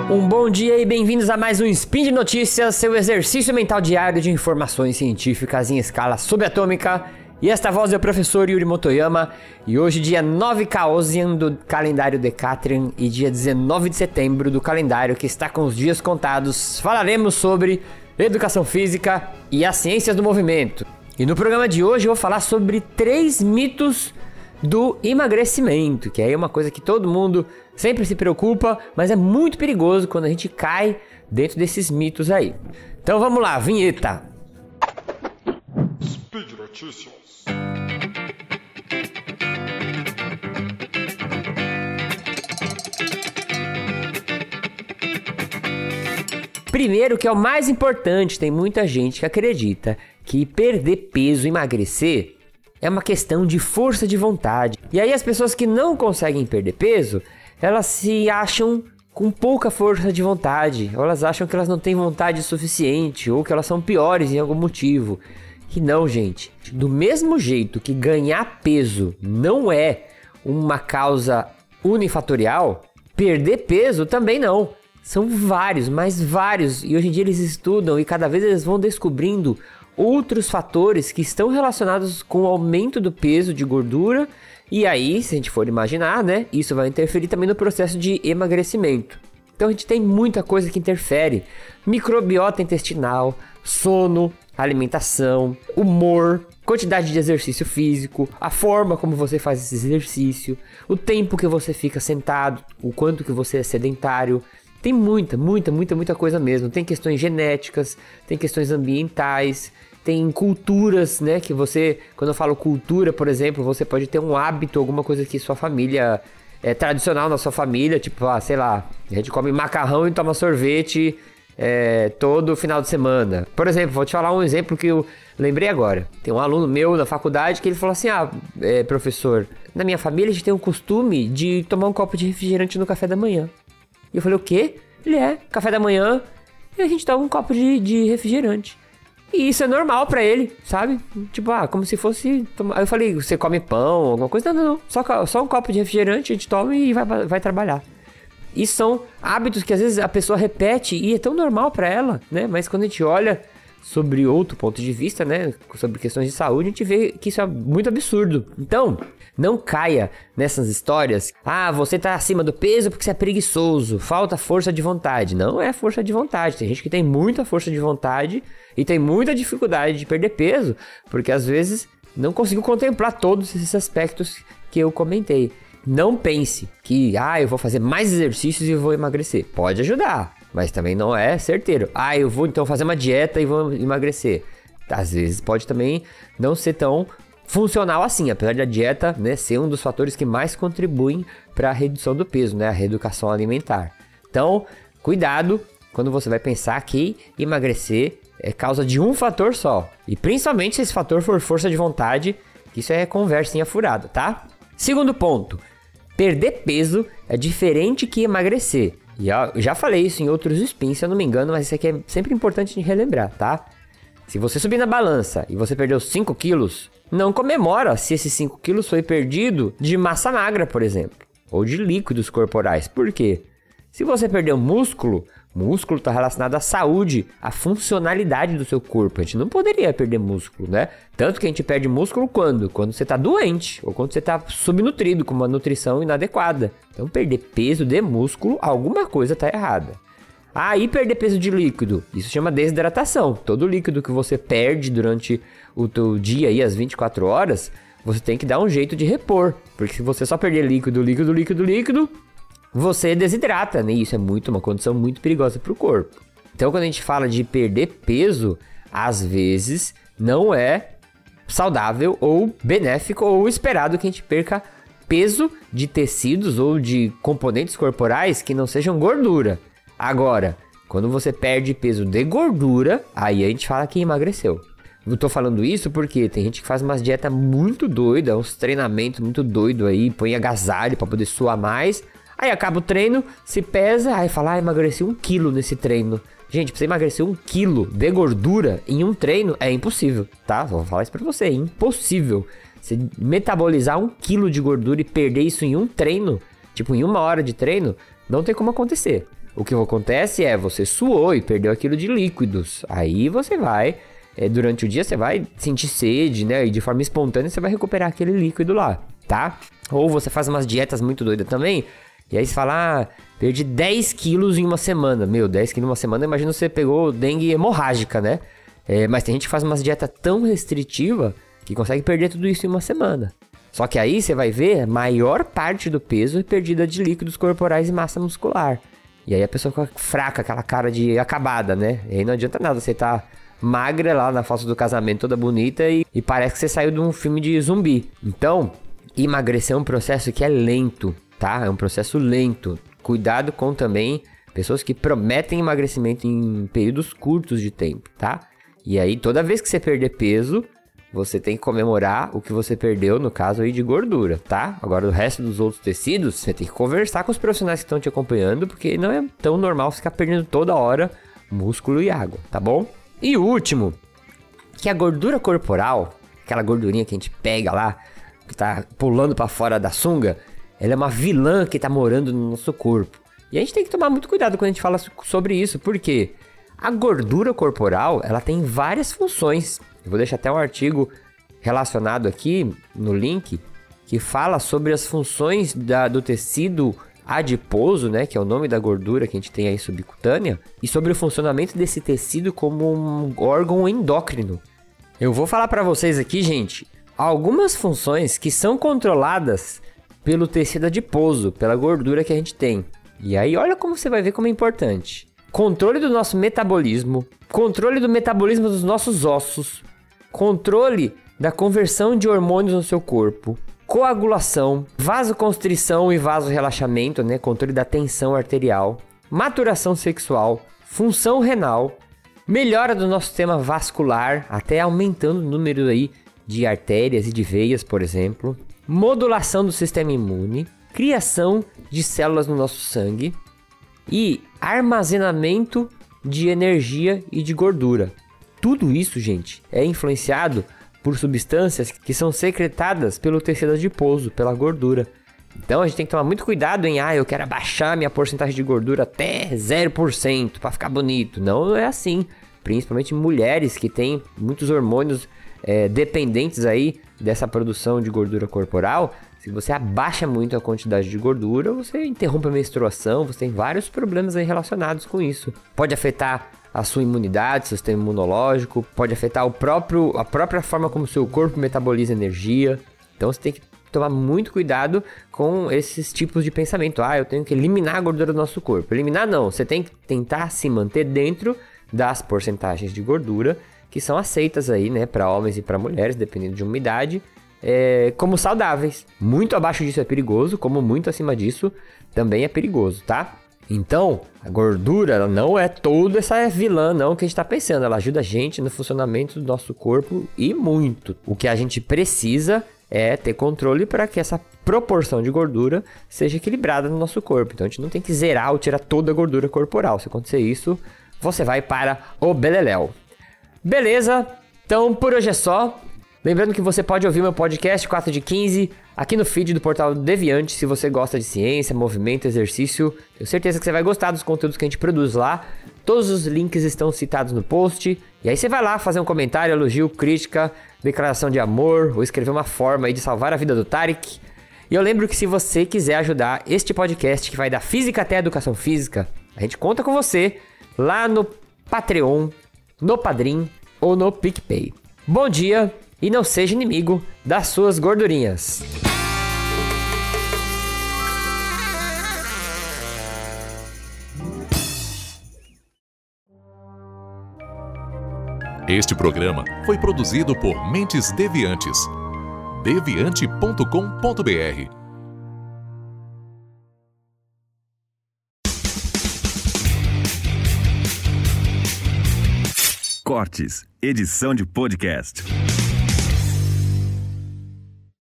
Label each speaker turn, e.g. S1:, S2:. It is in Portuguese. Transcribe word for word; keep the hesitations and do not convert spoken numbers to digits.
S1: Um bom dia e bem-vindos a mais um Spin de Notícias, seu exercício mental diário de informações científicas em escala subatômica. E esta voz é o professor Yuri Motoyama, e hoje dia nove Caosian do calendário Decatrian e dia dezenove de setembro do calendário que está com os dias contados, falaremos sobre educação física e as ciências do movimento. E no programa de hoje eu vou falar sobre três mitos do emagrecimento, que é uma coisa que todo mundo sempre se preocupa, mas é muito perigoso quando a gente cai dentro desses mitos aí. Então vamos lá, vinheta!
S2: Speed Notícias.
S1: Primeiro, que é o mais importante, tem muita gente que acredita que perder peso, emagrecer, é uma questão de força de vontade. E aí as pessoas que não conseguem perder peso, elas se acham com pouca força de vontade, ou elas acham que elas não têm vontade suficiente, ou que elas são piores em algum motivo. E não, gente. Do mesmo jeito que ganhar peso não é uma causa unifatorial, perder peso também não. São vários, mas vários. E hoje em dia eles estudam e cada vez eles vão descobrindo outros fatores que estão relacionados com o aumento do peso de gordura. E aí, se a gente for imaginar, né, isso vai interferir também no processo de emagrecimento. Então a gente tem muita coisa que interfere. Microbiota intestinal, sono, alimentação, humor, quantidade de exercício físico, a forma como você faz esse exercício, o tempo que você fica sentado, o quanto que você é sedentário. Tem muita, muita, muita, muita coisa mesmo. Tem questões genéticas, tem questões ambientais, tem culturas, né? Que você, quando eu falo cultura, por exemplo, você pode ter um hábito, alguma coisa que sua família é tradicional na sua família, tipo, ah, sei lá, a gente come macarrão e toma sorvete é, todo final de semana. Por exemplo, vou te falar um exemplo que eu lembrei agora. Tem um aluno meu na faculdade que ele falou assim: ah, é, professor, na minha família a gente tem um costume de tomar um copo de refrigerante no café da manhã. E eu falei, o quê? Ele é, café da manhã, e a gente toma um copo de, de refrigerante. E isso é normal pra ele, sabe? Tipo, ah, como se fosse... Tomar... Aí eu falei, você come pão, alguma coisa? Não, não, não. Só, só um copo de refrigerante, a gente toma e vai, vai trabalhar. E são hábitos que às vezes a pessoa repete e é tão normal pra ela, né? Mas quando a gente olha sobre outro ponto de vista, né? Sobre questões de saúde, a gente vê que isso é muito absurdo. Então, não caia nessas histórias. Ah, você tá acima do peso porque você é preguiçoso, falta força de vontade. Não é força de vontade. Tem gente que tem muita força de vontade e tem muita dificuldade de perder peso, porque às vezes não conseguiu contemplar todos esses aspectos que eu comentei. Não pense que, ah, eu vou fazer mais exercícios e vou emagrecer. Pode ajudar, mas também não é certeiro. Ah, eu vou então fazer uma dieta e vou emagrecer. Às vezes pode também não ser tão funcional assim, apesar da dieta, né, ser um dos fatores que mais contribuem para a redução do peso, né, a reeducação alimentar. Então, cuidado quando você vai pensar que emagrecer é causa de um fator só. E principalmente se esse fator for força de vontade, isso é conversinha furada, tá? Segundo ponto, perder peso é diferente que emagrecer. E eu já falei isso em outros spins, se eu não me engano, mas isso aqui é sempre importante de relembrar, tá? Se você subir na balança e você perdeu cinco quilos, não comemora se esses cinco quilos foi perdido de massa magra, por exemplo, ou de líquidos corporais. Por quê? Se você perdeu músculo, músculo está relacionado à saúde, à funcionalidade do seu corpo. A gente não poderia perder músculo, né? Tanto que a gente perde músculo quando? Quando você está doente, ou quando você está subnutrido, com uma nutrição inadequada. Então, perder peso de músculo, alguma coisa está errada. Ah, e perder peso de líquido? Isso chama desidratação. Todo líquido que você perde durante o teu dia aí, às vinte e quatro horas, você tem que dar um jeito de repor. Porque se você só perder líquido, líquido, líquido, líquido, você desidrata, né? Isso é muito uma condição muito perigosa para o corpo. Então, quando a gente fala de perder peso, às vezes não é saudável ou benéfico ou esperado que a gente perca peso de tecidos ou de componentes corporais que não sejam gordura. Agora, quando você perde peso de gordura, aí a gente fala que emagreceu. Eu tô falando isso porque tem gente que faz umas dietas muito doidas, uns treinamentos muito doidos aí, põe agasalho para poder suar mais. Aí acaba o treino, se pesa, aí fala, ah, emagreci um quilo nesse treino. Gente, pra você emagrecer um quilo de gordura em um treino é impossível, tá? Vou falar isso pra você, é impossível. Você metabolizar um quilo de gordura e perder isso em um treino, tipo em uma hora de treino, não tem como acontecer. o que acontece é, você suou e perdeu aquilo de líquidos. Aí você vai, é, durante o dia você vai sentir sede, né? E de forma espontânea você vai recuperar aquele líquido lá, tá? Ou você faz umas dietas muito doidas também, e aí você fala, ah, perdi dez quilos em uma semana. Meu, dez quilos em uma semana, imagina você pegou dengue hemorrágica, né? É, mas tem gente que faz umas dietas tão restritiva que consegue perder tudo isso em uma semana. Só que aí você vai ver, a maior parte do peso é perdida de líquidos corporais e massa muscular. E aí a pessoa fica fraca, aquela cara de acabada, né? E aí não adianta nada, você tá magra lá na foto do casamento, toda bonita, e, e parece que você saiu de um filme de zumbi. Então, emagrecer é um processo que é lento, tá? É um processo lento. Cuidado com também pessoas que prometem emagrecimento em períodos curtos de tempo, tá? E aí, toda vez que você perder peso, você tem que comemorar o que você perdeu, no caso aí de gordura, tá? Agora, o resto dos outros tecidos, você tem que conversar com os profissionais que estão te acompanhando, porque não é tão normal ficar perdendo toda hora músculo e água, tá bom? E o último, que a gordura corporal, aquela gordurinha que a gente pega lá, que tá pulando pra fora da sunga, ela é uma vilã que tá morando no nosso corpo. E a gente tem que tomar muito cuidado quando a gente fala sobre isso, porque a gordura corporal, ela tem várias funções. Eu vou deixar até um artigo relacionado aqui no link, que fala sobre as funções da, do tecido adiposo, né, que é o nome da gordura que a gente tem aí subcutânea, e sobre o funcionamento desse tecido como um órgão endócrino. Eu vou falar para vocês aqui, gente, algumas funções que são controladas pelo tecido adiposo, pela gordura que a gente tem. E aí, olha como você vai ver como é importante. Controle do nosso metabolismo, controle do metabolismo dos nossos ossos, controle da conversão de hormônios no seu corpo, coagulação, vasoconstrição e vasorrelaxamento, né? Controle da tensão arterial, maturação sexual, função renal, melhora do nosso sistema vascular, até aumentando o número aí de artérias e de veias, por exemplo, modulação do sistema imune, criação de células no nosso sangue e armazenamento de energia e de gordura. Tudo isso, gente, é influenciado por substâncias que são secretadas pelo tecido adiposo, pela gordura. Então a gente tem que tomar muito cuidado em, ah, eu quero abaixar minha porcentagem de gordura até zero por cento para ficar bonito. Não, não é assim. Principalmente mulheres que têm muitos hormônios é, dependentes aí dessa produção de gordura corporal. Se você abaixa muito a quantidade de gordura, você interrompe a menstruação, você tem vários problemas aí relacionados com isso. Pode afetar a sua imunidade, seu sistema imunológico, pode afetar o próprio, a própria forma como o seu corpo metaboliza energia. Então você tem que tomar muito cuidado com esses tipos de pensamento. Ah, eu tenho que eliminar a gordura do nosso corpo. Eliminar não, você tem que tentar se manter dentro das porcentagens de gordura que são aceitas aí, né, para homens e para mulheres, dependendo de uma idade, é, como saudáveis. Muito abaixo disso é perigoso, como muito acima disso também é perigoso, tá? Então, a gordura ela não é toda essa vilã não que a gente está pensando. Ela ajuda a gente no funcionamento do nosso corpo e muito. O que a gente precisa é ter controle para que essa proporção de gordura seja equilibrada no nosso corpo. Então, a gente não tem que zerar ou tirar toda a gordura corporal. Se acontecer isso, você vai para o beleléu. Beleza? Então, por hoje é só. Lembrando que você pode ouvir meu podcast quatro de quinze aqui no feed do Portal Deviante. Se você gosta de ciência, movimento, exercício, tenho certeza que você vai gostar dos conteúdos que a gente produz lá. Todos os links estão citados no post. E aí você vai lá fazer um comentário, elogio, crítica, declaração de amor, ou escrever uma forma aí de salvar a vida do Tarek. E eu lembro que se você quiser ajudar este podcast, que vai da física até a educação física, a gente conta com você lá no Patreon, no Padrim ou no PicPay. Bom dia! E não seja inimigo das suas gordurinhas.
S2: Este programa foi produzido por Mentes Deviantes. deviante ponto com ponto b r.
S3: Cortes, edição de podcast.